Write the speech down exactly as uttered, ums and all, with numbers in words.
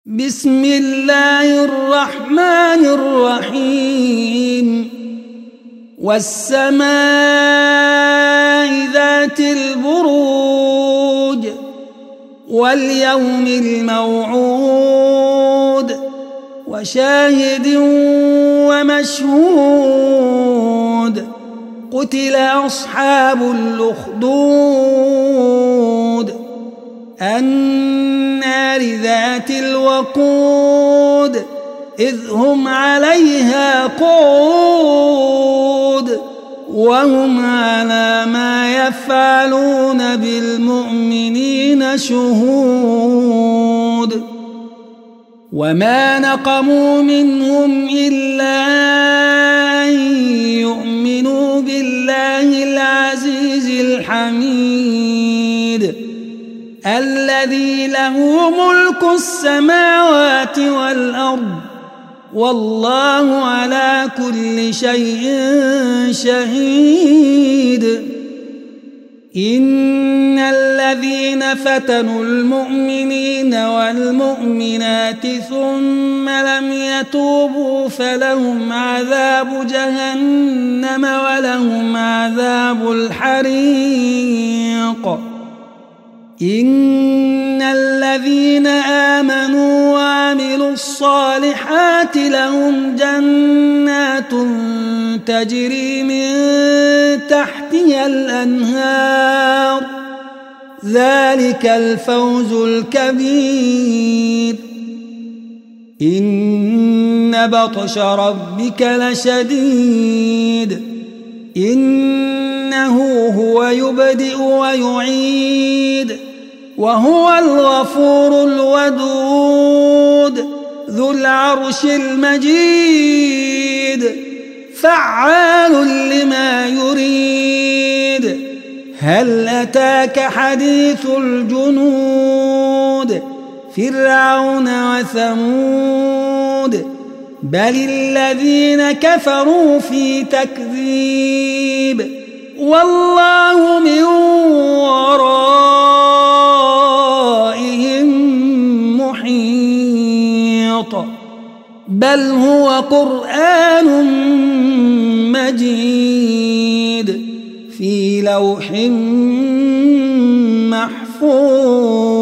بسم الله الرحمن الرحيم والسماء ذات البروج واليوم الموعود وشاهد ومشهود قتل أصحاب الأخدود النار ذات الوقود إذ هم عليها قعود وهم على ما يفعلون بالمؤمنين شهود وما نقموا منهم إلا أن يؤمنوا بالله العزيز الحميد الذي له ملك السماوات والأرض والله على كل شيء شهيد إن الذين فتنوا المؤمنين والمؤمنات ثم لم يتوبوا فلهم عذاب جهنم ولهم عذاب الحريق إن الذين آمنوا وعملوا الصالحات لهم جنات تجري من تحتها الأنهار ذلك الفوز الكبير إن بطش ربك لشديد إنه هو يبدئ ويعيد وهو الغفور الودود ذو العرش المجيد فعال لما يريد هل أتاك حديث الجنود فرعون وثمود بل الذين كفروا في تكذيب والله من ورائهم محيط بل هو قرآن مجيد في لوح محفوظ.